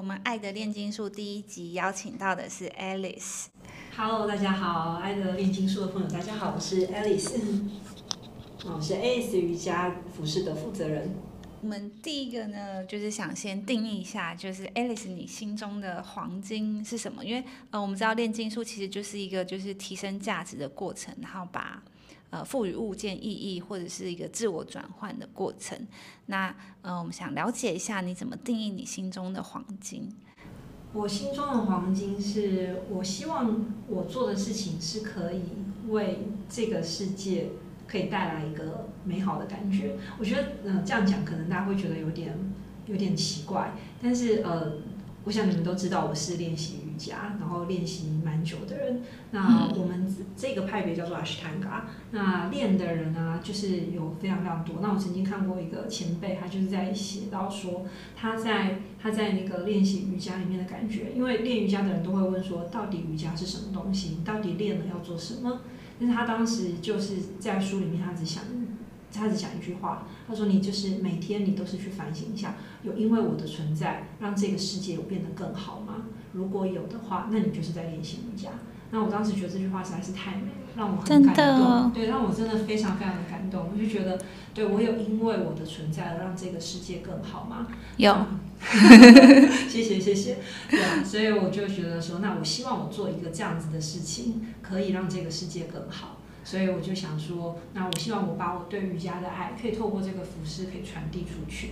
们爱的炼金术第1集邀请到的是 Alice。Hello， 大家好，爱的炼金术的朋友，大家好，我是 Alice， 我是 AS 瑜伽服饰的负责人。 我们第一个呢，就是想先定义一下，就是 Alice 你心中的黄金是什么？因为我们知道炼金术其实就是一个就是提升价值的过程，然后把赋予物件意义或者是一个自我转换的过程。那我们想了解一下你怎么定义你心中的黄金？ 我心中的黄金是我希望我做的事情是可以为这个世界可以带来一个美好的感觉。我觉得这样讲可能大家会觉得有点奇怪，但是我想你们都知道我是练习瑜伽，然后练习蛮久的人。那我们这个派别叫做 Ashtanga， 那练的人呢，就是有非常非常多。那我曾经看过一个前辈，他就是在写到说他在那个练习瑜伽里面的感觉，因为练瑜伽的人都会问说，到底瑜伽是什么东西？你到底练了要做什么？但是他当时就是在书里面，他只讲一句话，他说：“你就是每天你都是去反省一下，有因为我的存在让这个世界有变得更好吗？如果有的话，那你就是在练习瑜伽。”那我当时觉得这句话实在是太美了，让我很感动，对，让我真的非常非常的感动。我就觉得，对我有因为我的存在而让这个世界更好吗？ 有， 谢谢，对啊，所以我就觉得说，那我希望我做一个这样子的事情，可以让这个世界更好。所以我就想说，那我希望我把我对瑜伽的爱，可以透过这个服饰可以传递出去。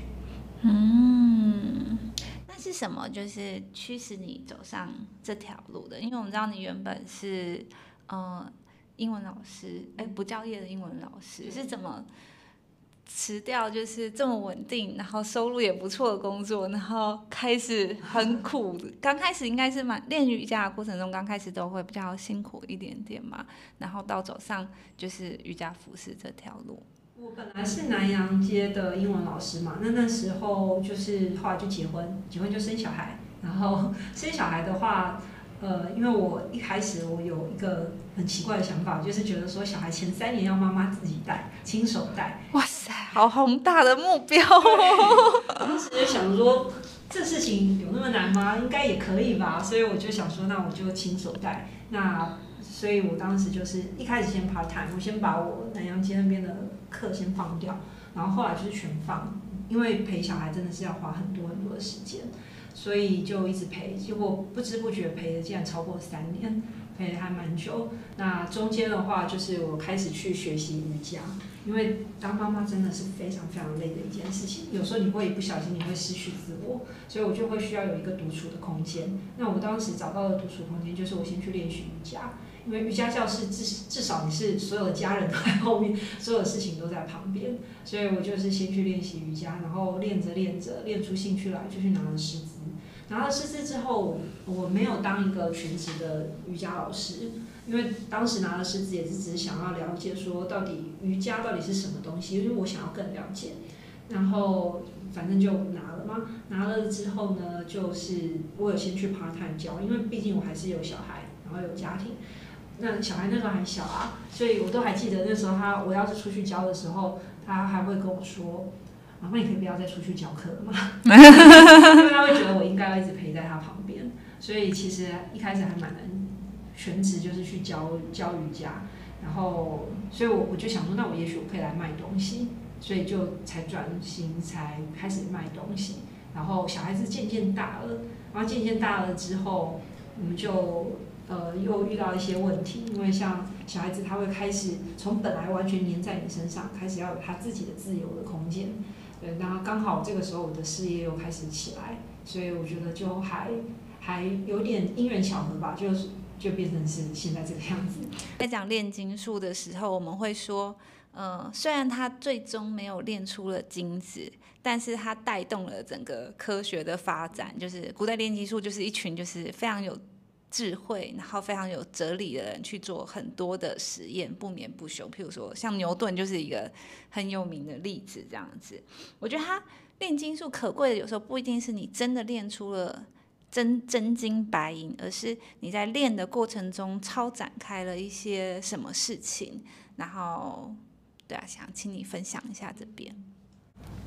那是什么就是驱使你走上这条路的？因为我们知道你原本是英文老师，不教业的英文老师，是怎么辞掉就是这么稳定，然后收入也不错的工作，然后开始很苦。刚开始应该是练瑜伽的过程中，刚开始都会比较辛苦一点点嘛，然后到走上就是瑜伽服饰这条路。 我本来是南洋街的英文老师嘛，那时候就是后来就结婚就生小孩，然后生小孩的话，因为我一开始我有一个很奇怪的想法，就是觉得说小孩前3年要妈妈自己带，亲手带。 哇塞，好宏大的目标！ 当时就想说，这事情有那么难吗？应该也可以吧。所以我就想说，那我就亲手带。所以我当时就是一开始先 part time， 我先把我南洋街那边的课先放掉，然后后来就是全放，因为陪小孩真的是要花很多很多的时间，所以就一直陪，结果不知不觉陪的竟然超过3年，陪的还蛮久。那中间的话，就是我开始去学习瑜伽，因为当妈妈真的是非常非常累的一件事情，有时候你会不小心你会失去自我，所以我就会需要有一个独处的空间。那我当时找到的独处空间就是我先去练习瑜伽。因为瑜伽教室至少你是所有的家人都在后面，所有的事情都在旁边，所以我就是先去练习瑜伽，然后练着练出兴趣来，就去拿了师资。拿了师资之后，我没有当一个全职的瑜伽老师，因为当时拿了师资也是只是想要了解说到底瑜伽到底是什么东西，因为我想要更了解。然后反正就拿了嘛，拿了之后呢，就是我有先去 part time 教，因为毕竟我还是有小孩，然后有家庭。那小孩那时候还小啊，所以我都还记得那时候我要是出去教的时候，他还会跟我说：“妈妈，你可以不要再出去教课了吗？”因为他会觉得我应该要一直陪在他旁边，所以其实一开始还蛮难全职就是去教瑜伽，然后所以我就想说，那我也许我可以来卖东西，所以就才转型才开始卖东西，然后小孩子渐渐大了，然后渐渐大了之后，我们就。又遇到一些问题，因为像小孩子他会开始从本来完全黏在你身上，开始要有他自己的自由的空间。对，那刚好这个时候我的事业又开始起来，所以我觉得就还有点因缘巧合吧，就变成是现在这个样子。 在讲炼金术的时候，我们会说，虽然它最终没有炼出了金子，但是它带动了整个科学的发展。就是古代炼金术就是一群就是非常有智慧，然后非常有哲理的人去做很多的实验，不眠不休。譬如说，像牛顿就是一个很有名的例子，这样子。我觉得他炼金术可贵的，有时候不一定是你真的炼出了真金白银，而是你在练的过程中超展开了一些什么事情。然后，对啊，想请你分享一下这边。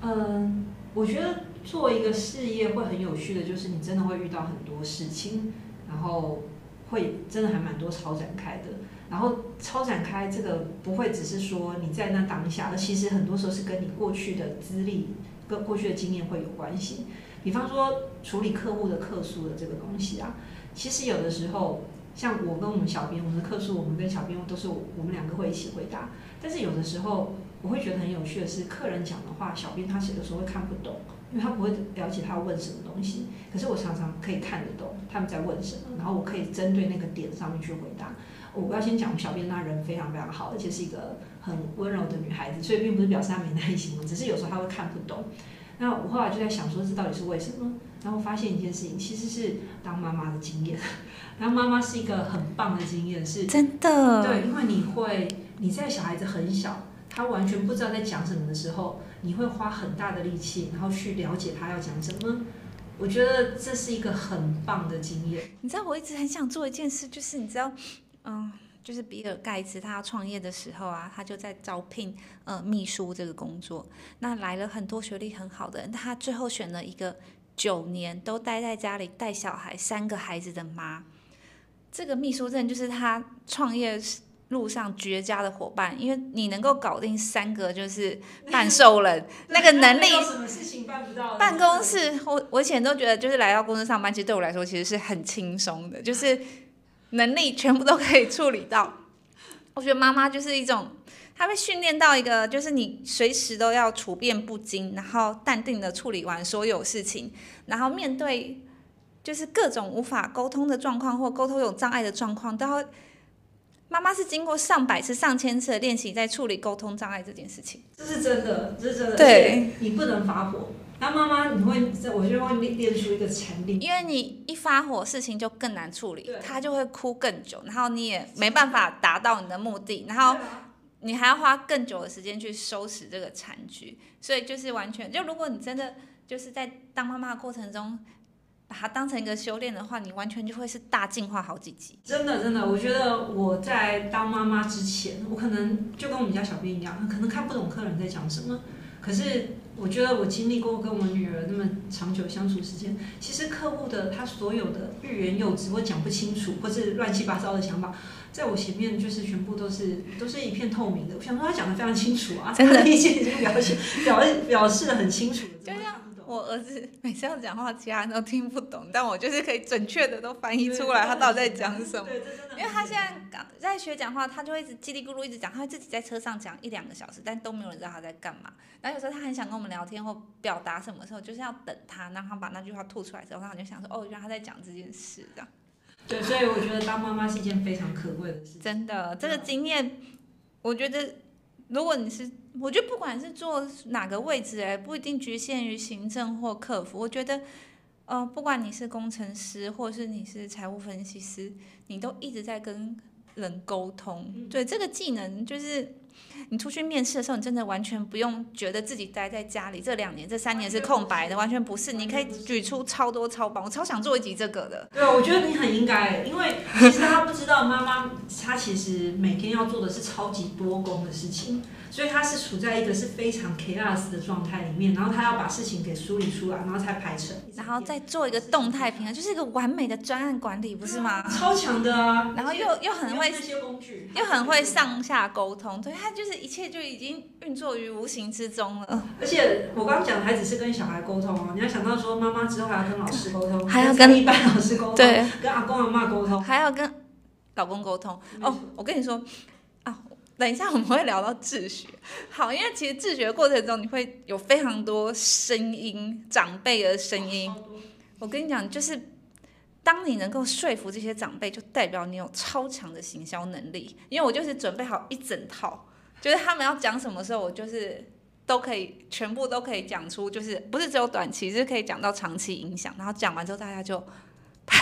我觉得做一个事业会很有趣的，就是你真的会遇到很多事情，然后会真的还蛮多超展开的。然后超展开这个不会只是说你在那当下，而其实很多时候是跟你过去的资历、跟过去的经验会有关系。比方说处理客户的客诉的这个东西啊，其实有的时候像我跟我们小编，我们的客诉，我们跟小编都是我们两个会一起回答。但是有的时候我会觉得很有趣的是，客人讲的话，小编他写的时候会看不懂，因为他不会了解他要问什么东西。可是我常常可以看得懂他们在问什么，然后我可以针对那个点上面去回答。我要先讲，我们小编那人非常非常好，而且是一个很温柔的女孩子，所以并不是表示她没耐心，只是有时候她会看不懂。那我后来就在想说，这到底是为什么？然后发现一件事情，其实是当妈妈的经验。当妈妈是一个很棒的经验，是真的。 对，因为你在小孩子很小，他完全不知道在讲什么的时候，你会花很大的力气，然后去了解他要讲什么。我觉得这是一个很棒的经验。 你知道，我一直很想做一件事，就是你知道，就是比尔盖茨他创业的时候啊，他就在招聘秘书这个工作。那来了很多学历很好的人，他最后选了一个9年都待在家里带小孩3个孩子的妈。这个秘书真的就是他创业路上绝佳的伙伴，因为你能够搞定3个就是半兽人，那个能力， 有什么事情办不到？ 办公室，我以前都觉得就是来到公司上班，其实对我来说其实是很轻松的，就是能力全部都可以处理到。我觉得妈妈就是一种，她被训练到一个，就是你随时都要处变不惊，然后淡定的处理完所有事情，然后面对就是各种无法沟通的状况或沟通有障碍的状况，都要。妈妈是经过上百次、上千次的练习，在处理沟通障碍这件事情。 这是真的，这是真的。 对， 你不能发火。当妈妈，我就会练出一个禅定， 因为你一发火，事情就更难处理，他就会哭更久，然后你也没办法达到你的目的，然后你还要花更久的时间去收拾这个残局。所以就是完全，就如果你真的就是在当妈妈的过程中，把它当成一个修炼的话，你完全就会是大进化好几级。 真的真的，我觉得我在当妈妈之前，我可能就跟我们家小编一样，可能看不懂客人在讲什么。可是我觉得我经历过跟我女儿那么长久相处时间，其实客户的他所有的欲言又止或讲不清楚，或是乱七八糟的想法，在我前面就是全部都是一片透明的。我想说他讲得非常清楚啊， 真的， 他意见已经表示得很清楚了。 就像我儿子每次要讲话，其他人都听不懂，但我就是可以准确的都翻译出来他到底在讲什么。因为他现在在学讲话，他就会一直叽里咕噜一直讲，他会自己在车上讲1-2个小时，但都没有人知道他在干嘛。然后有时候他很想跟我们聊天或表达什么的时候，就是要等他，让他把那句话吐出来之后，然后你就想说，哦，原来他在讲这件事这样。 对，所以我觉得当妈妈是一件非常可贵的事情。 真的，这个经验，我觉得如果你是，我觉得不管是做哪个位置，不一定局限于行政或客服。我觉得，不管你是工程师，或是你是财务分析师，你都一直在跟人沟通。对，这个技能就是你出去面试的时候，你真的完全不用觉得自己待在家里这2年、这3年是空白的，完全不是。你可以举出超多超棒，我超想做一集这个的。 对，我觉得你很应该，因为其实他不知道妈妈她其实每天要做的是超级多工的事情。所以他是处在一个是非常 chaos 的状态里面，然后他要把事情给梳理出来，然后才排成， 然后再做一个动态平衡，就是一个完美的专案管理，不是吗？ 超强的啊！ 然后又很会那些工具， 又很会上下沟通，对，他就是一切就已经运作于无形之中了。 而且我刚刚讲的还只是跟小孩沟通哦，你要想到说妈妈之后还要跟老师沟通， 还要跟一般老师沟通， 对， 跟阿公阿嬷沟通， 还要跟老公沟通。哦，我跟你说啊。等一下我们会聊到自学，好，因为其实自学的过程中你会有非常多声音，长辈的声音。我跟你讲，就是当你能够说服这些长辈，就代表你有超强的行销能力。因为我就是准备好一整套，就是他们要讲什么时候，我就是都可以，全部都可以讲出，就是不是只有短期，是可以讲到长期影响。然后讲完之后，大家就拍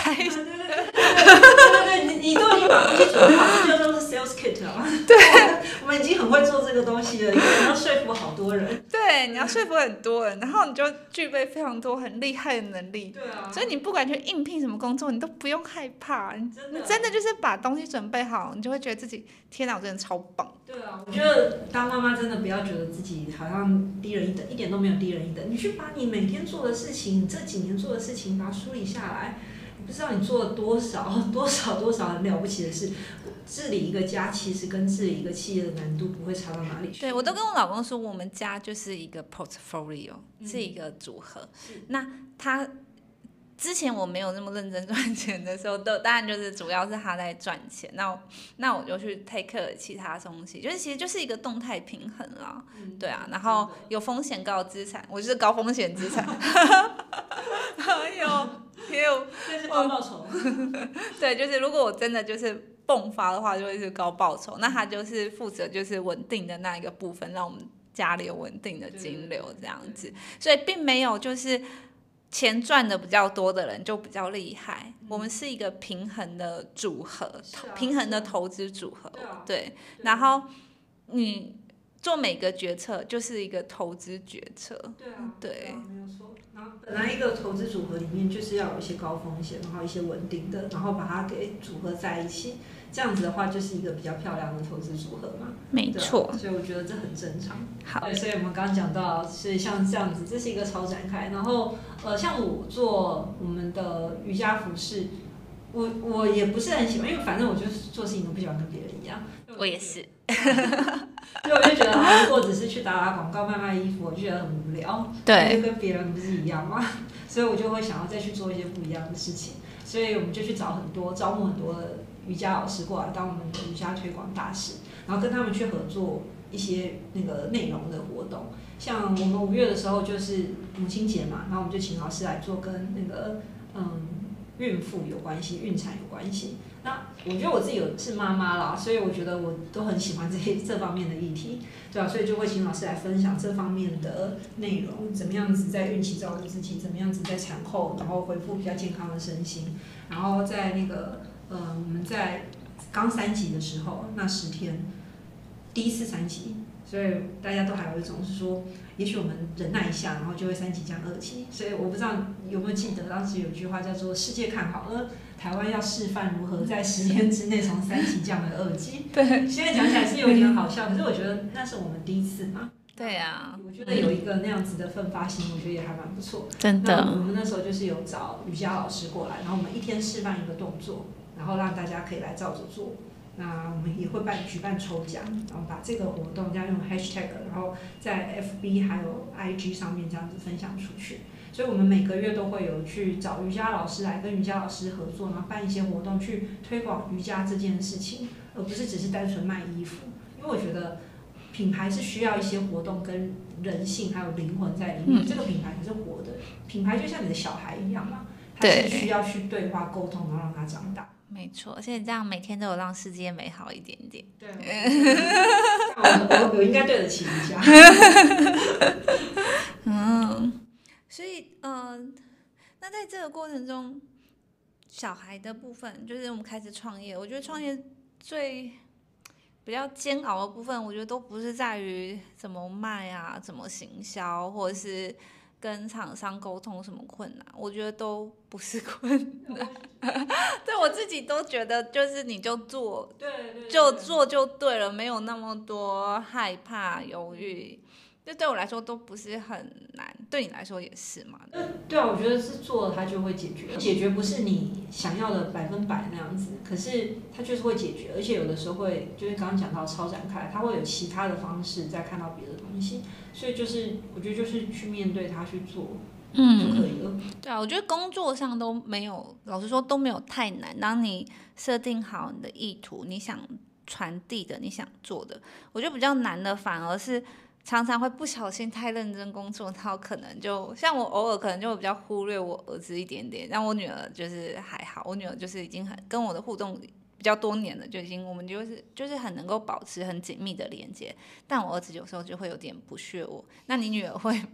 开始。 对，你都已经把东西准备好，这就都是 sales kit 了。对，我们已经很会做这个东西了，因为你要说服好多人。 对，你要说服很多人，然后你就具备非常多很厉害的能力。 对啊。 所以你不管去应聘什么工作，你都不用害怕，你真的就是把东西准备好，你就会觉得自己天哪，我真的超棒。 对啊，我觉得当妈妈真的不要觉得自己好像低人一等，一点都没有低人一等。你去把你每天做的事情，你这几年做的事情，把它梳理下来。不知道你做了多少很了不起的事。治理一个家其实跟治理一个企业的难度不会差到哪里去。 对，我都跟我老公说，我们家就是一个 portfolio，是一个组合。那他之前我没有那么认真赚钱的时候，当然就是主要是他在赚钱，那我就去 take care 其他东西，就是其实就是一个动态平衡啦。对啊，然后有风险高的资产，我就是高风险资产。 这是高报酬。 对，就是如果我真的就是迸发的话，就会是高报酬。那他就是负责就是稳定的那一个部分，让我们家里有稳定的金流这样子。所以并没有就是钱赚的比较多的人就比较厉害。我们是一个平衡的组合，平衡的投资组合。对，然后你做每个决策就是一个投资决策。对， 没有错。然后本来一个投资组合里面就是要有一些高风险，然后一些稳定的，然后把它给组合在一起，这样子的话就是一个比较漂亮的投资组合嘛。 没错。 所以我觉得这很正常。 好。 对，所以我们刚刚讲到，是像这样子，这是一个超展开。然后像我做我们的瑜伽服饰，我也不是很喜欢，因为反正我就是做事情都不喜欢跟别人一样。 我也是。 所以我就觉得，如果只是去打广告、卖衣服，我就觉得很无聊。 对， 就跟别人不是一样嘛，所以我就会想要再去做一些不一样的事情。所以我们就去招募很多的瑜伽老师过来当我们的瑜伽推广大使，然后跟他们去合作一些那个内容的活动。像我们5月的时候就是母亲节嘛，然后我们就请老师来做跟那个孕妇有关系、孕产有关系。那我觉得我自己是妈妈啦，所以我觉得我都很喜欢这方面的议题，对啊，所以就会请老师来分享这方面的内容，怎么样子在孕期照顾自己，怎么样子在产后，然后恢复比较健康的身心，然后在那个我们在刚3级的时候那10天，第一次3级，所以大家都还有一种是说，也许我们忍耐一下，然后就会3级降2级，所以我不知道有没有记得当时有一句话叫做"世界看好了"。台湾要示范如何在10天之内从3级降为2级。 对， 现在讲起来是有点好笑，可是我觉得那是我们第一次嘛。 对啊， 我觉得有一个那样子的奋发心，我觉得也还蛮不错。 真的。 那我们那时候就是有找瑜伽老师过来，然后我们1天示范一个动作，然后让大家可以来照着做。那我们也会举办抽奖，然后把这个活动这样用 hashtag， 然后在 FB 还有 IG 上面这样子分享出去。所以我们每个月都会有去找瑜伽老师来跟瑜伽老师合作，然后办一些活动去推广瑜伽这件事情，而不是只是单纯卖衣服。因为我觉得品牌是需要一些活动跟人性还有灵魂在里面，这个品牌才是活的。品牌就像你的小孩一样嘛，它是需要去对话沟通，然后让它长大。 没错，而且你这样每天都有让世界美好一点点。 对，我应该对得起瑜伽。 所以那在这个过程中，小孩的部分就是我们开始创业，我觉得创业最比较煎熬的部分，我觉得都不是在于怎么卖啊、怎么行销，或者是跟厂商沟通什么困难，我觉得都不是困难。对我自己都觉得，就是你就做，就做就对了，没有那么多害怕、犹豫。这对我来说都不是很难，对你来说也是嘛？ 对啊，我觉得是做了它就会解决，解决不是你想要的100%那样子，可是它就是会解决，而且有的时候会就是刚刚讲到超展开，它会有其他的方式再看到别的东西，所以就是我觉得就是去面对它去做。就可以了。 对啊，我觉得工作上都没有，老实说都没有太难。当你设定好你的意图，你想传递的，你想做的，我觉得比较难的反而是常常会不小心太认真工作，然后可能就像我偶尔可能就会比较忽略我儿子一点点，但我女儿就是还好，我女儿就是已经很跟我的互动比较多年了，就已经我们就是很能够保持很紧密的连接，但我儿子有时候就会有点不屑我。那你女儿会吗？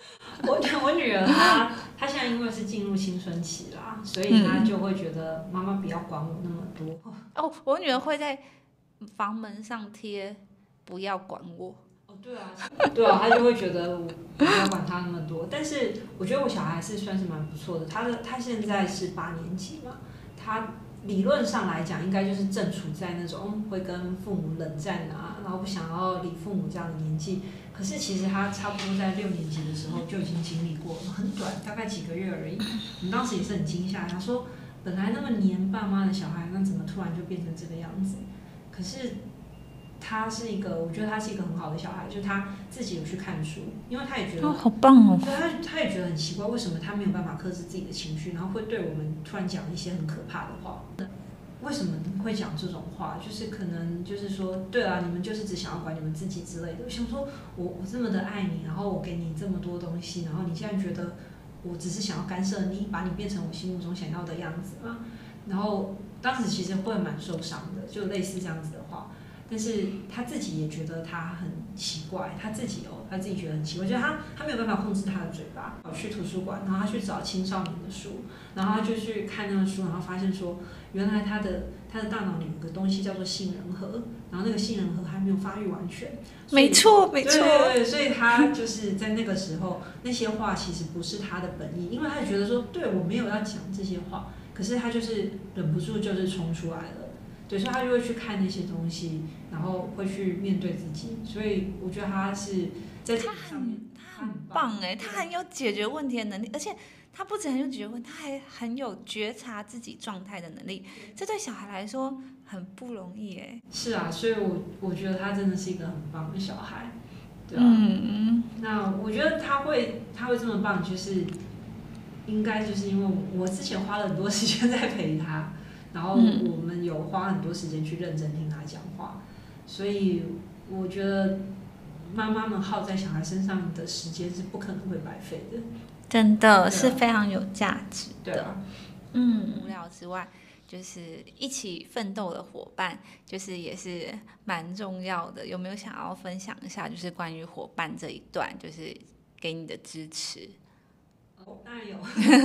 我女儿她现在因为是进入青春期啦，所以她就会觉得妈妈不要管我那么多。 哦，我女儿会在房门上贴“不要管我”。 哦，对啊，对啊，她就会觉得我不要管她那么多。但是我觉得我小孩是算是蛮不错的，他现在是8年级嘛，他理论上来讲应该就是正处在那种会跟父母冷战啊，然后不想要理父母这样的年纪。可是其实他差不多在6年级的时候就已经经历过了，很短，大概几个月而已。我们当时也是很惊吓，他说本来那么黏爸妈的小孩，那怎么突然就变成这个样子？可是他是一个，我觉得他是一个很好的小孩，就是他自己有去看书，因为他也觉得， 好棒哦！ 对他也觉得很奇怪，为什么他没有办法克制自己的情绪，然后会对我们突然讲一些很可怕的话。为什么会讲这种话？就是可能就是说，对啊，你们就是只想要管你们自己之类的。我想说我这么的爱你，然后我给你这么多东西，然后你现在觉得我只是想要干涉你，把你变成我心目中想要的样子嘛？然后当时其实会蛮受伤的，就类似这样子的话。但是他自己也觉得他很奇怪，他自己觉得很奇怪，就是他没有办法控制他的嘴巴。跑去图书馆，然后他去找青少年的书，然后他就去看那个书，然后发现说，原来他的大脑里有个东西叫做杏仁核，然后那个杏仁核还没有发育完全。 没错，没错。 对，所以他就是在那个时候，那些话其实不是他的本意，因为他就觉得说，对我没有要讲这些话，可是他就是忍不住就是冲出来了。对，所以他就会去看那些东西，然后会去面对自己。所以我觉得他是在这上面， 他很棒哎，他很有解决问题的能力，而且他不止很有解决问题，他还很有觉察自己状态的能力。这对小孩来说很不容易哎。 是啊，所以我觉得他真的是一个很棒的小孩，对啊。那我觉得他会这么棒，就是应该就是因为我之前花了很多时间在陪他。然后我们有花很多时间去认真听他讲话，所以我觉得妈妈们耗在小孩身上的时间是不可能会白费的， 真的是非常有价值的。 对啊， 无聊之外，就是一起奋斗的伙伴，就是也是蛮重要的。有没有想要分享一下，就是关于伙伴这一段，就是给你的支持？ 当然有。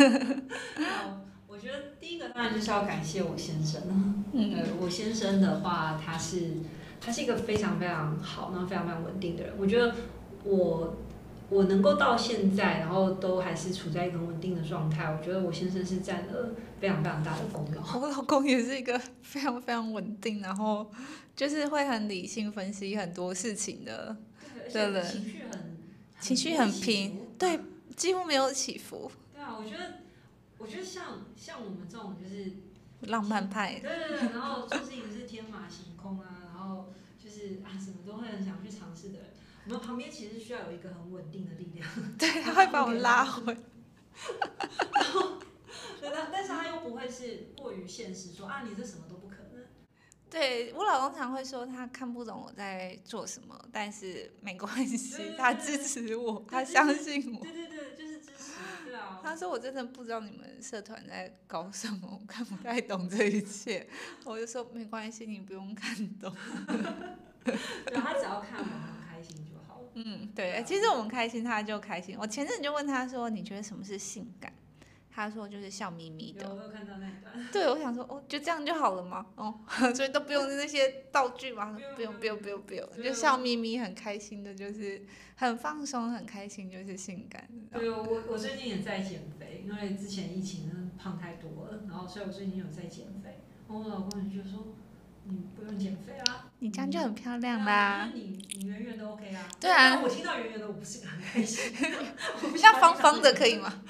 我觉得第一个当然就是要感谢我先生了。我先生的话，他是一个非常非常好，然后非常非常稳定的人。我觉得我能够到现在，然后都还是处在一个很稳定的状态。我觉得我先生是占了非常非常大的功劳。 我老公也是一个非常非常稳定，然后就是会很理性分析很多事情的人，情绪很平，对，几乎没有起伏。 对啊，我觉得像我们这种就是浪漫派， 对，然后做事情是天马行空啊，然后就是什么都会很想去尝试的人，我们旁边其实需要有一个很稳定的力量， 对，他会把我拉回。 然后，但是他又不会是过于现实，说你这什么都不可能。 对，我老公常会说他看不懂我在做什么，但是没关系，他支持我，他相信我。 对，就是支持，对啊。 他说我真的不知道你们社团在搞什么，我看不太懂这一切。我就说没关系，你不用看懂。 对，他只要看我很开心就好了。 对，其实我们开心他就开心。我前阵就问他说，你觉得什么是性感？他说就是笑眯眯的。 我有看到那一段。 对，我想说就这样就好了吗？所以都不用那些道具吗？不用，就笑眯眯很开心的，就是很放松很开心，就是性感。 对，我最近也在减肥，因为之前疫情胖太多了，然后所以我最近有在减肥。我老公就说你不用减肥啊， 你这样就很漂亮啦。 你圆圆的 OK 啊。 对啊。 我听到圆圆的我不是很开心。 像方方的可以吗？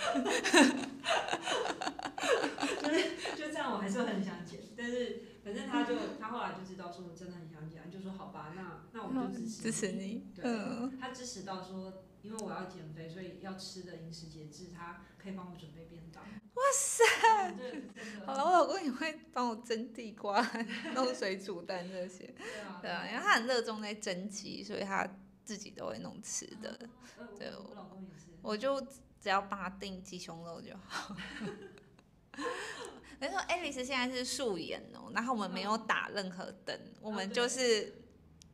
就这样，我还是很想减，但是反正他后来就知道说我真的很想减，就说好吧，那我就支持你。对，他支持到说，因为我要减肥，所以要吃的饮食节制，他可以帮我准备便当。 哇塞！好了，我老公也会帮我蒸地瓜、弄水煮蛋这些。对啊，因为他很热衷在蒸鸡，所以他自己都会弄吃的。对， 我老公也是。 我就只要帮他订鸡胸肉就好。没错，Alice 现在是素颜然后我们没有打任何灯，我们就是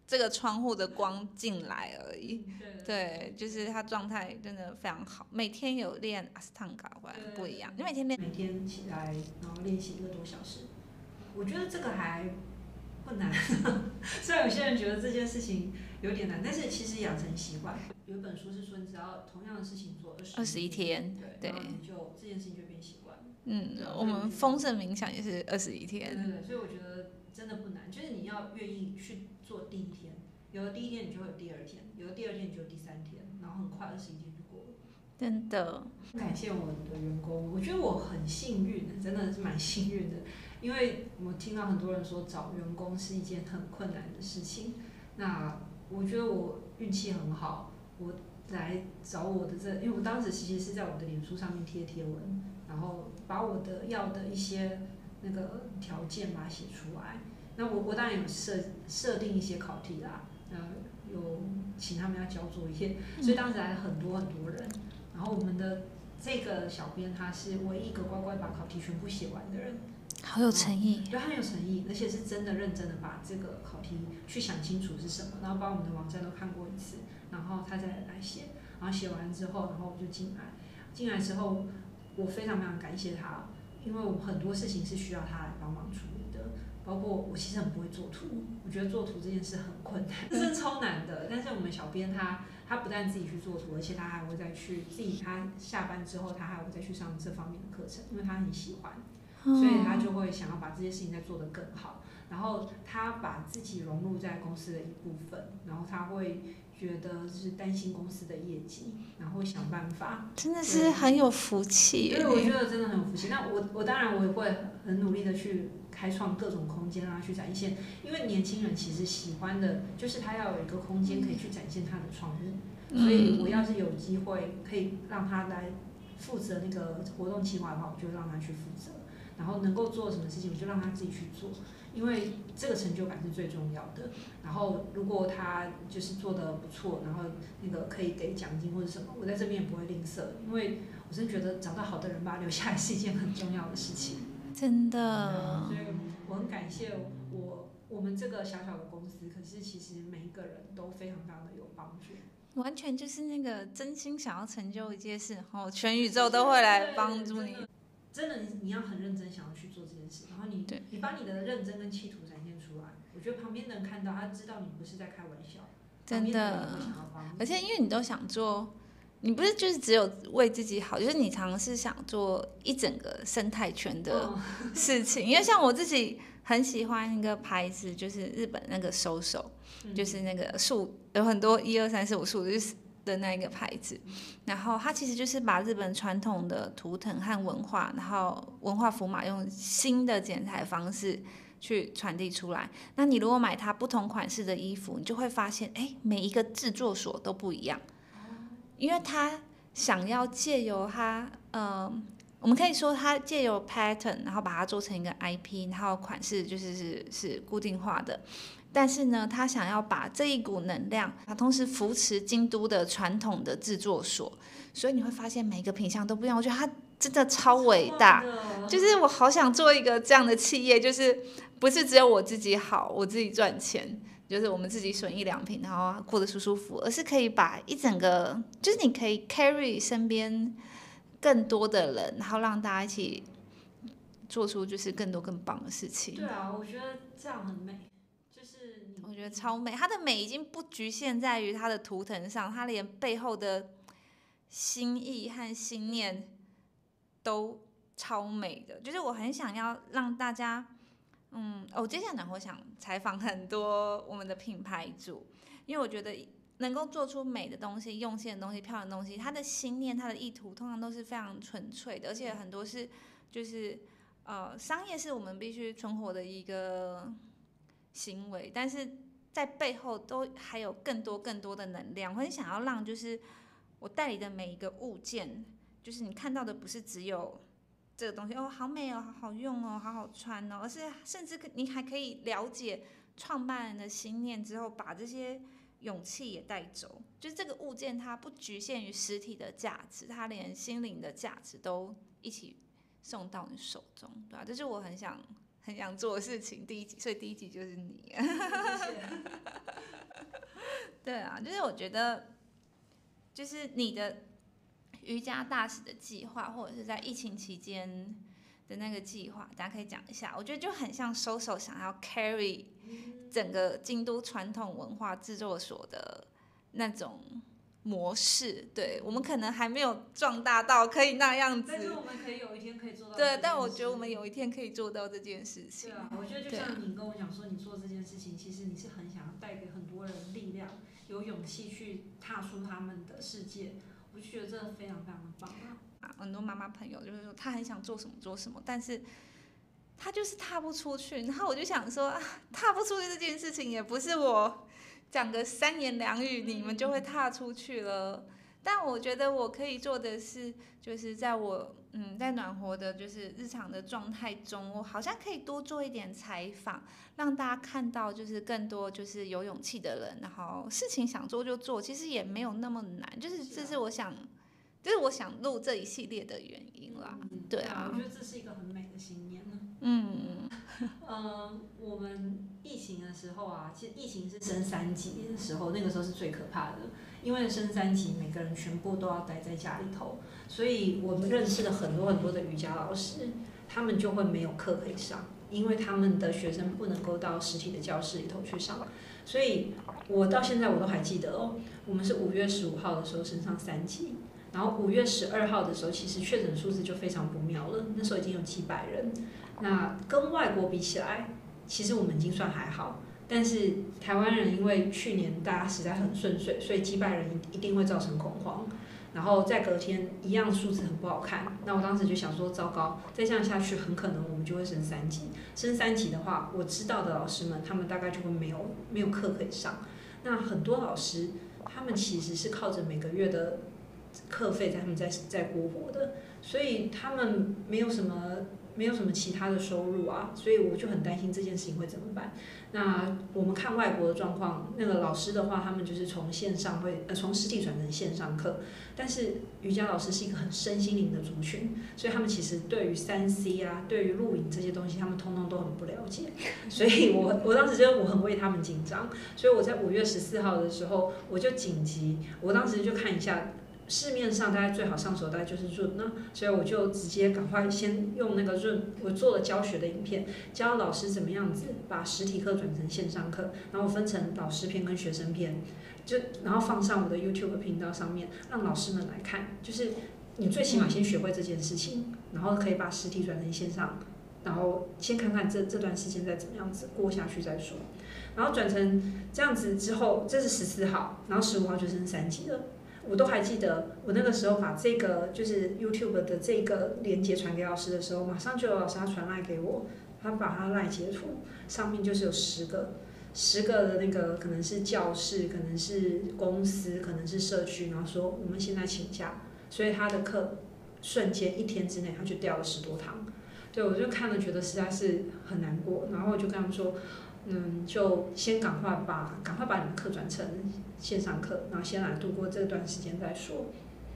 这个窗户的光进来而已。 对， 就是他状态真的非常好，每天有练阿斯汤嘎完不一样，你每天练， 每天起来然后练习1个多小时，我觉得这个还不难。虽然有些人觉得这件事情有点难，但是其实养成习惯。有一本书是说，你只要同样的事情做21天，对，然后你就这件事情就变习惯了。 我们丰盛冥想也是21天。 对，所以我觉得真的不难，就是你要愿意去做第1天，有了第1天你就会有第2天，有了第2天你就有第3天，然后很快21天就过了。 真的， 感谢我的员工，我觉得我很幸运的，真的是蛮幸运的，因为我听到很多人说找员工是一件很困难的事情，那我觉得我运气很好，我来找我的因为我当时其实是在我的脸书上面贴文，然后把我的要的一些那个条件把它写出来，那我当然有设定一些考题啦，有请他们要交作业，所以当时来了很多人。然后我们的这个小编他是唯一一个乖乖把考题全部写完的人， 好有诚意。 对，他很有诚意，而且是真的认真的把这个考题去想清楚是什么，然后把我们的网站都看过一次，然后他再来写，然后写完之后，然后我就进来之后，我非常非常感谢他，因为我很多事情是需要他来帮忙处理的。包括我其实很不会做图，我觉得做图这件事很困难，真的超难的。但是我们小编他不但自己去做图，而且他还会再去他下班之后他还会再去上这方面的课程，因为他很喜欢，所以他就会想要把这些事情再做得更好。然后他把自己融入在公司的一部分，然后他会觉得就是担心公司的业绩，然后会想办法， 真的是很有福气耶。 对，我觉得真的很有福气。那我当然我也会很努力的去开创各种空间啊，去展现，因为年轻人其实喜欢的就是他要有一个空间可以去展现他的创意，所以我要是有机会可以让他来负责那个活动计划的话，我就让他去负责，然后能够做什么事情我就让他自己去做，因为这个成就感是最重要的。然后如果他就是做得不错，然后那个可以给奖金或者什么，我在这边也不会吝啬，因为我真的觉得找到好的人把他留下来是一件很重要的事情。 真的， 所以我很感谢我们这个小小的公司，可是其实每一个人都非常非常的有帮助。 完全就是那个真心想要成就一件事，然后全宇宙都会来帮助你。 真的，你要很认真想要去做这件事，然后你把你的认真跟企图展现出来，我觉得旁边的人看到，他知道你不是在开玩笑， 真的。而且因为你都想做，你不是就是只有为自己好，就是你尝试想做一整个生态圈的事情。因为像我自己很喜欢一个牌子，就是日本那个收手，就是那个树有很多1、2、3、4、5树就是的那一个牌子，然后它其实就是把日本传统的图腾和文化，然后文化符码用新的剪裁方式去传递出来。那你如果买它不同款式的衣服，你就会发现，每一个制作所都不一样，因为它想要借由它，我们可以说它借由 pattern， 然后把它做成一个 IP， 然后款式是固定化的。但是呢，他想要把这一股能量，同时扶持京都的传统的制作所，所以你会发现每一个品项都不一样。我觉得他真的超伟大，就是我好想做一个这样的企业，就是不是只有我自己好，我自己赚钱，就是我们自己损益良品，然后过得舒舒服，而是可以把一整个，就是你可以 carry 身边更多的人，然后让大家一起做出就是更多更棒的事情。 对啊，我觉得这样很美。 我觉得超美，它的美已经不局限在于它的图腾上，它连背后的心意和心念都超美的。就是我很想要让大家，接下来我想采访很多我们的品牌主，因为我觉得能够做出美的东西、用心的东西、漂亮的东西，它的心念、它的意图通常都是非常纯粹的，而且很多是就是商业是我们必须存活的一个行为，但是在背后都还有更多的能量。我很想要让就是我代理的每一个物件，就是你看到的不是只有这个东西好美哦，好好用哦，好好穿哦，而是甚至你还可以了解创办人的心念之后，把这些勇气也带走。就是这个物件它不局限于实体的价值，它连心灵的价值都一起送到你手中，对吧？这是我很想很想做的事情，第一集，所以第一集就是你。 谢谢。 对啊，就是我觉得，就是你的瑜伽大使的计划，或者是在疫情期间的那个计划，大家可以讲一下。我觉得就很像收手想要 carry 整个京都传统文化制作所的那种模式。对，我们可能还没有壮大到可以那样子， 但是我们可以有一天可以做到。 对，但我觉得我们有一天可以做到这件事情。 对啊，我觉得就像你跟我讲说，你做这件事情，其实你是很想要带给很多人力量，有勇气去踏出他们的世界。我就觉得这非常非常的棒啊！ 很多妈妈朋友就是说，她很想做什么做什么，但是她就是踏不出去。然后我就想说，踏不出去这件事情，也不是我讲个3言2语，你们就会踏出去了。但我觉得我可以做的是，就是在我在暖和的，就是日常的状态中，我好像可以多做一点采访，让大家看到就是更多就是有勇气的人，然后事情想做就做，其实也没有那么难，就是这是我想。就是我想录这一系列的原因啦，对啊， 我觉得这是一个很美的信念呢。我们疫情的时候啊，其实疫情是升3级的时候，那个时候是最可怕的，因为升3级，每个人全部都要待在家里头，所以我们认识了很多很多的瑜伽老师，他们就会没有课可以上，因为他们的学生不能够到实体的教室里头去上，所以我到现在我都还记得哦，我们是5月15号的时候升上3级。然后5月12号的时候，其实确诊数字就非常不妙了，那时候已经有几百人。那跟外国比起来，其实我们已经算还好。但是台湾人因为去年大家实在很顺遂，所以几百人一定会造成恐慌。然后在隔天一样数字很不好看。那我当时就想说，糟糕，再这样下去，很可能我们就会升3级。升3级的话，我知道的老师们，他们大概就会没有课可以上。那很多老师，他们其实是靠着每个月的课费他们在过活的，所以他们没有什么其他的收入啊，所以我就很担心这件事情会怎么办。那我们看外国的状况，那个老师的话，他们就是从线上从实体转成线上课，但是瑜伽老师是一个很身心灵的族群，所以他们其实对于3C 啊，对于录影这些东西，他们通通都很不了解，所以我当时觉得我很为他们紧张，所以我在5月14号的时候，我就紧急，我当时就看一下。市面上大概最好上手大概就是 Zoom 呢，所以我就直接赶快先用那个 Zoom，我做了教学的影片，教老师怎么样子把实体课转成线上课，然后分成老师篇跟学生篇，然后放上我的 YouTube 频道上面，让老师们来看，就是你最起码先学会这件事情，然后可以把实体转成线上，然后先看看这段时间再怎么样子过下去再说，然后转成这样子之后，这是14号，然后15号就升3级了。我都还记得，我那个时候把这个就是 YouTube 的这个连结传给老师的时候，马上就有老师他传赖给我，他把他赖截图，上面就是有10个的那个可能是教室，可能是公司，可能是社区，然后说我们现在请假，所以他的课瞬间1天之内他就掉了10多堂，对我就看了觉得实在是很难过，然后我就跟他们说。就先赶快把你们课转成线上课，然后先来度过这段时间再说。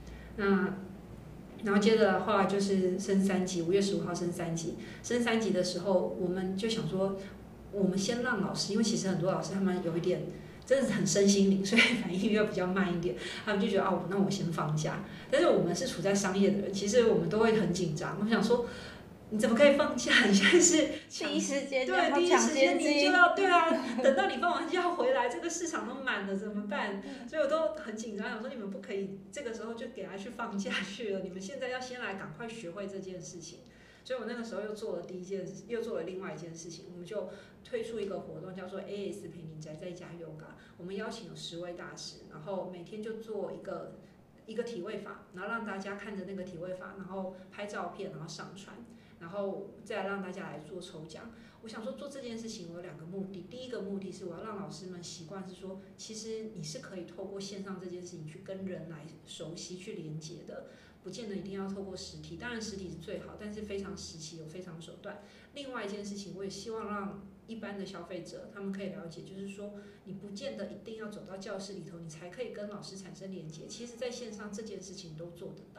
然后接着后来就是升3级，5月15号升3级。升3级的时候，我们就想说，我们先让老师，因为其实很多老师他们有一点真的是很身心灵，所以反应又比较慢一点，他们就觉得那我先放假。但是我们是处在商业的人，其实我们都会很紧张。我想说。你怎么可以放假？你现在是第一时间对，第一时间你就要对啊，等到你放完假回来，这个市场都满了怎么办？所以我都很紧张，想说你们不可以这个时候就给他去放假去了，你们现在要先来赶快学会这件事情。所以我那个时候又做了另外一件事情，我们就推出一个活动，叫做 AS 陪你宅在家 Yoga。我们邀请有10位大师，然后每天就做一个体位法，然后让大家看着那个体位法，然后拍照片，然后上传。然后再让大家来做抽奖。我想说做这件事情我有2个目的，第一个目的是我要让老师们习惯是说，其实你是可以透过线上这件事情去跟人来熟悉、去连接的，不见得一定要透过实体，当然实体是最好，但是非常时期有非常手段。另外一件事情，我也希望让一般的消费者他们可以了解，就是说你不见得一定要走到教室里头，你才可以跟老师产生连接，其实在线上这件事情都做得到。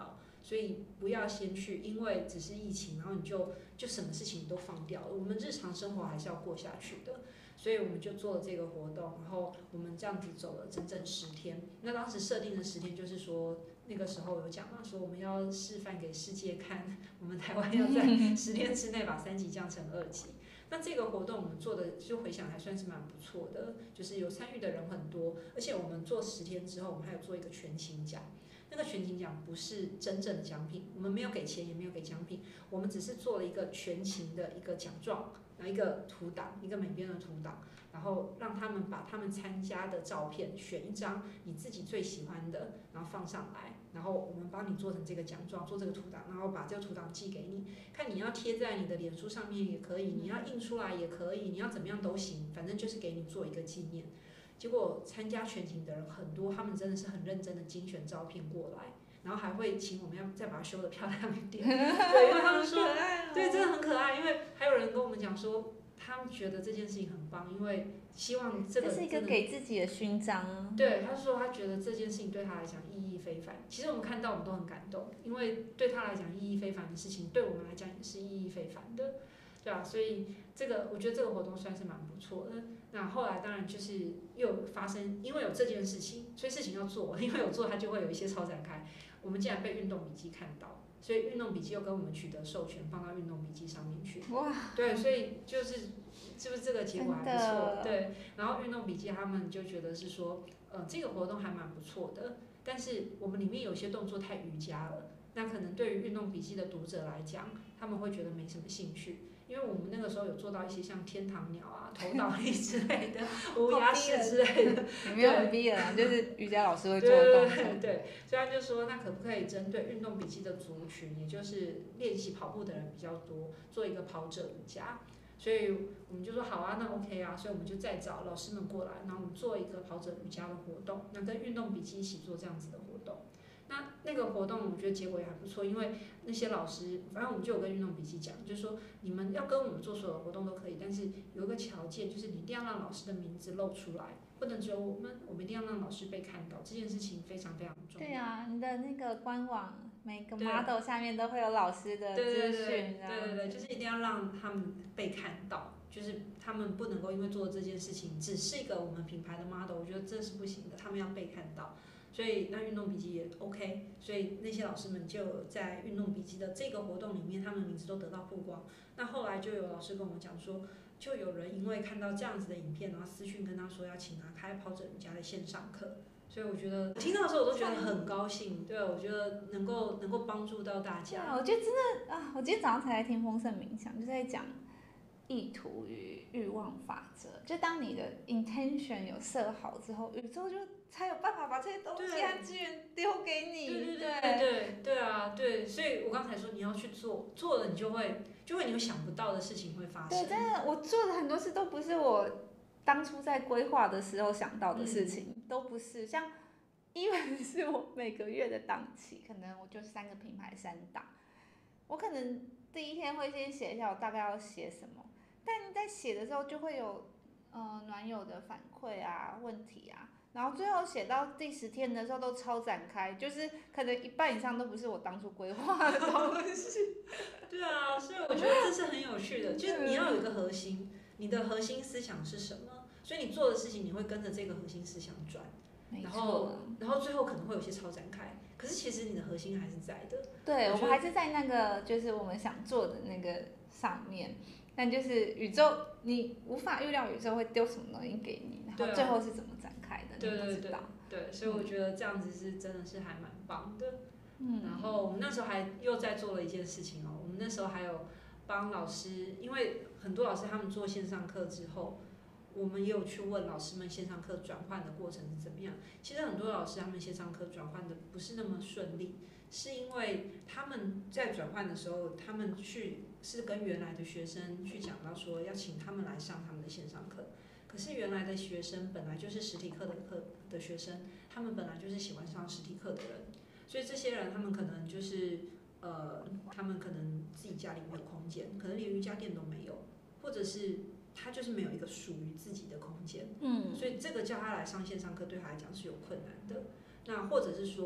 所以不要先去，因为只是疫情，然后你就什么事情都放掉了。我们日常生活还是要过下去的，所以我们就做了这个活动，然后我们这样子走了整整10天。那当时设定的10天就是说，那个时候有讲嘛，说我们要示范给世界看，我们台湾要在10天之内把3级降成2级。那这个活动我们做的就回想还算是蛮不错的，就是有参与的人很多，而且我们做10天之后，我们还有做一个全勤奖。那个全勤奖不是真正的奖品，我们没有给钱，也没有给奖品，我们只是做了一个全勤的一个奖状，然后一个图档，一个美编的图档，然后让他们把他们参加的照片选一张你自己最喜欢的，然后放上来，然后我们帮你做成这个奖状，做这个图档，然后把这个图档寄给你，看你要贴在你的脸书上面也可以，你要印出来也可以，你要怎么样都行，反正就是给你做一个纪念。结果参加全勤的人很多，他们真的是很认真的精选照片过来，然后还会请我们要再把它修得漂亮一点。对，因为他们说，对，真的很可爱。因为还有人跟我们讲说，他们觉得这件事情很棒，因为希望这是一个给自己的勋章。 对，他说他觉得这件事情对他来讲意义非凡。其实我们看到我们都很感动，因为对他来讲意义非凡的事情，对我们来讲也是意义非凡的。对啊，所以这个我觉得这个活动算是蛮不错的。那后来当然就是又发生，因为有这件事情，所以事情要做，因为有做它就会有一些超展开。我们竟然被运动笔记看到，所以运动笔记又跟我们取得授权，放到运动笔记上面去。 哇！ 对，所以就是是不是这个结果还不错？对，然后运动笔记他们就觉得是说，这个活动还蛮不错的，但是我们里面有些动作太瑜伽了，那可能对于运动笔记的读者来讲，他们会觉得没什么兴趣。因为我们那个时候有做到一些像天堂鸟啊、头倒立之类的、无牙式之类的， 也没有很逼人，就是瑜伽老师会做的动作。 对，所以他就说，那可不可以针对运动笔记的族群，也就是练习跑步的人比较多，做一个跑者瑜伽？所以我们就说好啊，那 OK 啊，所以我们就再找老师们过来，然后我们做一个跑者瑜伽的活动，那跟运动笔记一起做这样子的活动。那个活动我觉得结果也还不错，因为那些老师，反正我们就有跟运动笔记讲，就是说你们要跟我们做所有的活动都可以，但是有一个条件，就是你一定要让老师的名字露出来，不能只有我们一定要让老师被看到，这件事情非常非常重要。 对啊，你的那个官网每个 model 下面都会有老师的资讯， 对，就是一定要让他们被看到。就是他们不能够因为做这件事情，只是一个我们品牌的 model， 我觉得这是不行的，他们要被看到。所以那运动笔记也 OK， 所以那些老师们就在运动笔记的这个活动里面，他们的名字都得到曝光。那后来就有老师跟我们讲说，就有人因为看到这样子的影片，然后私讯跟他说要请他开跑者瑜伽的线上课。所以我觉得听到的时候我都觉得很高兴，对，我觉得能够帮助到大家。 对，我觉得真的啊，我今天早上才来听丰盛冥想，就在讲意图与欲望法则，就当你的 intention 有设好之后，宇宙就才有办法把这些东西和资源丢给你。 对啊，对，所以我刚才说你要去做，做了你就会你有想不到的事情会发生。 对，真的，我做的很多事都不是我当初在规划的时候想到的事情，都不是。像因是我每个月的档期，可能我就3个品牌3档，我可能第一天会先写一下我大概要写什么。但在写的时候就会有暖友的反馈啊、问题啊，然后最后写到第10天的时候都超展开，就是可能1半以上都不是我当初规划的东西。 对啊，所以我觉得这是很有趣的，就是你要有一个核心，你的核心思想是什么，所以你做的事情你会跟着这个核心思想转。然后最后可能会有些超展开，可是其实你的核心还是在的。 对，我们还是在那个就是我们想做的那个上面，但就是宇宙你无法预料宇宙会丢什么东西给你，然后最后是怎么展开的，你不知道。 对，所以我觉得这样子是真的是还蛮棒的。然后我们那时候还又在做了一件事情哦，我们那时候还有帮老师，因为很多老师他们做线上课之后。我们也有去问老师们线上课转换的过程是怎么样。其实很多老师他们线上课转换的不是那么顺利，是因为他们在转换的时候，他们是跟原来的学生去讲到说要请他们来上他们的线上课。可是原来的学生本来就是实体课的学生，他们本来就是喜欢上实体课的人，所以这些人他们可能就是他们可能自己家里没有空间，可能连瑜伽垫都没有，或者是。他就是没有一个属于自己的空间，所以这个叫他来上线上课对他来讲是有困难的。那或者是说，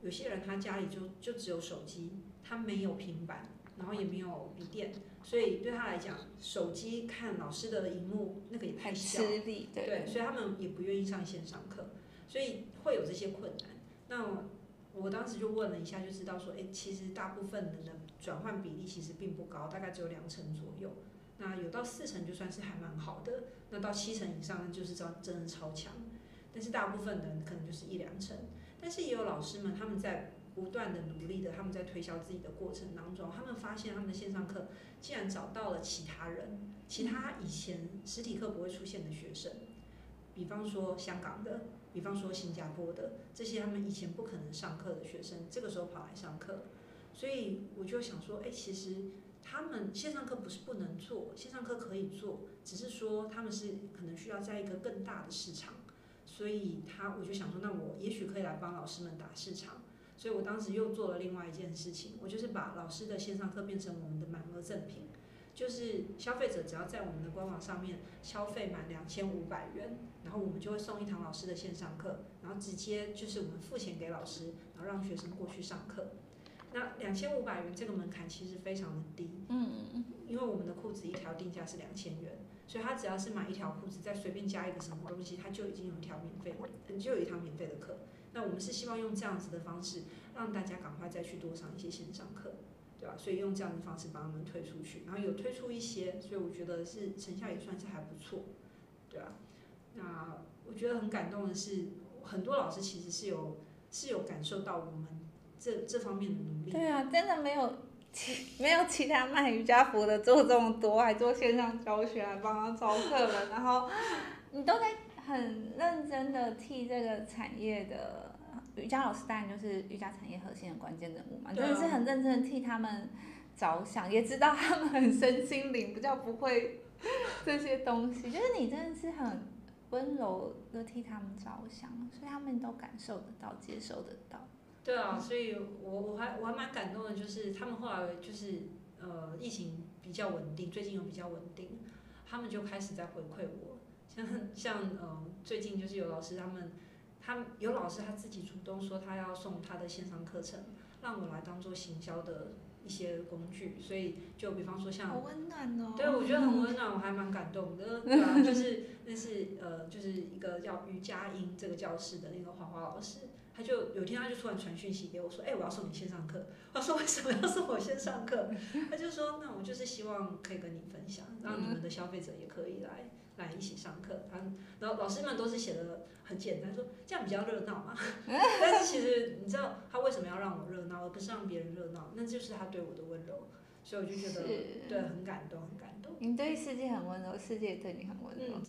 有些人他家里就只有手机，他没有平板，然后也没有笔电，所以对他来讲，手机看老师的荧幕那个也太小， 吃力， 对，所以他们也不愿意上线上课，所以会有这些困难。那我当时就问了一下，就知道说，其实大部分人的转换比例其实并不高，大概只有2成左右。那有到4成就算是还蛮好的，那到7成以上就是真的超强。但是大部分的人可能就是1-2成，但是也有老师们他们在不断的努力的，他们在推销自己的过程当中，他们发现他们的线上课竟然找到了其他人，其他以前实体课不会出现的学生，比方说香港的，比方说新加坡的，这些他们以前不可能上课的学生，这个时候跑来上课，所以我就想说，其实他们线上课不是不能做，线上课可以做，只是说他们是可能需要在一个更大的市场，所以我就想说，那我也许可以来帮老师们打市场，所以我当时又做了另外一件事情，我就是把老师的线上课变成我们的满额赠品，就是消费者只要在我们的官网上面消费满2500元，然后我们就会送一堂老师的线上课，然后直接就是我们付钱给老师，然后让学生过去上课。那2500元这个门槛其实非常的低，因为我们的裤子一条定价是2000元，所以他只要是买一条裤子，再随便加一个什么东西，他就已经有一堂免费的课。那我们是希望用这样子的方式，让大家赶快再去多上一些线上课，对吧？所以用这样的方式帮他们推出去，然后有推出一些，所以我觉得是成效也算是还不错，对吧？那我觉得很感动的是，很多老师其实是有感受到我们这方面的努力。 对啊，真的没有其他卖瑜伽服的做这么多，还做线上教学，还帮他招客人，然后你都在很认真的替这个产业的瑜伽老师，当然就是瑜伽产业核心的关键人物嘛，真的是很认真的替他们着想，也知道他们很身心灵比较不会这些东西，就是你真的是很温柔的替他们着想，所以他们都感受得到、接受得到。 对啊，所以我还蛮感动的，就是他们后来就是疫情比较稳定，最近有比较稳定，他们就开始在回馈我，像最近就是有老师有老师他自己主动说他要送他的线上课程，让我来当做行销的一些工具，所以就比方说像好温暖哦。 对，我觉得很温暖，我还蛮感动的，对吧？就是一个叫瑜伽音这个教室的那个花花老师，有一天他就突然传讯息给我说，我要送你线上课。我说为什么要送我线上课？他就说那我就是希望可以跟你分享，让你们的消费者也可以来一起上课。然后老师们都是写的很简单，说这样比较热闹嘛。但是其实你知道他为什么要让我热闹，而不是让别人热闹？那就是他对我的温柔。所以我就觉得对，很感动，很感动。 你对世界很温柔，世界也对你很温柔。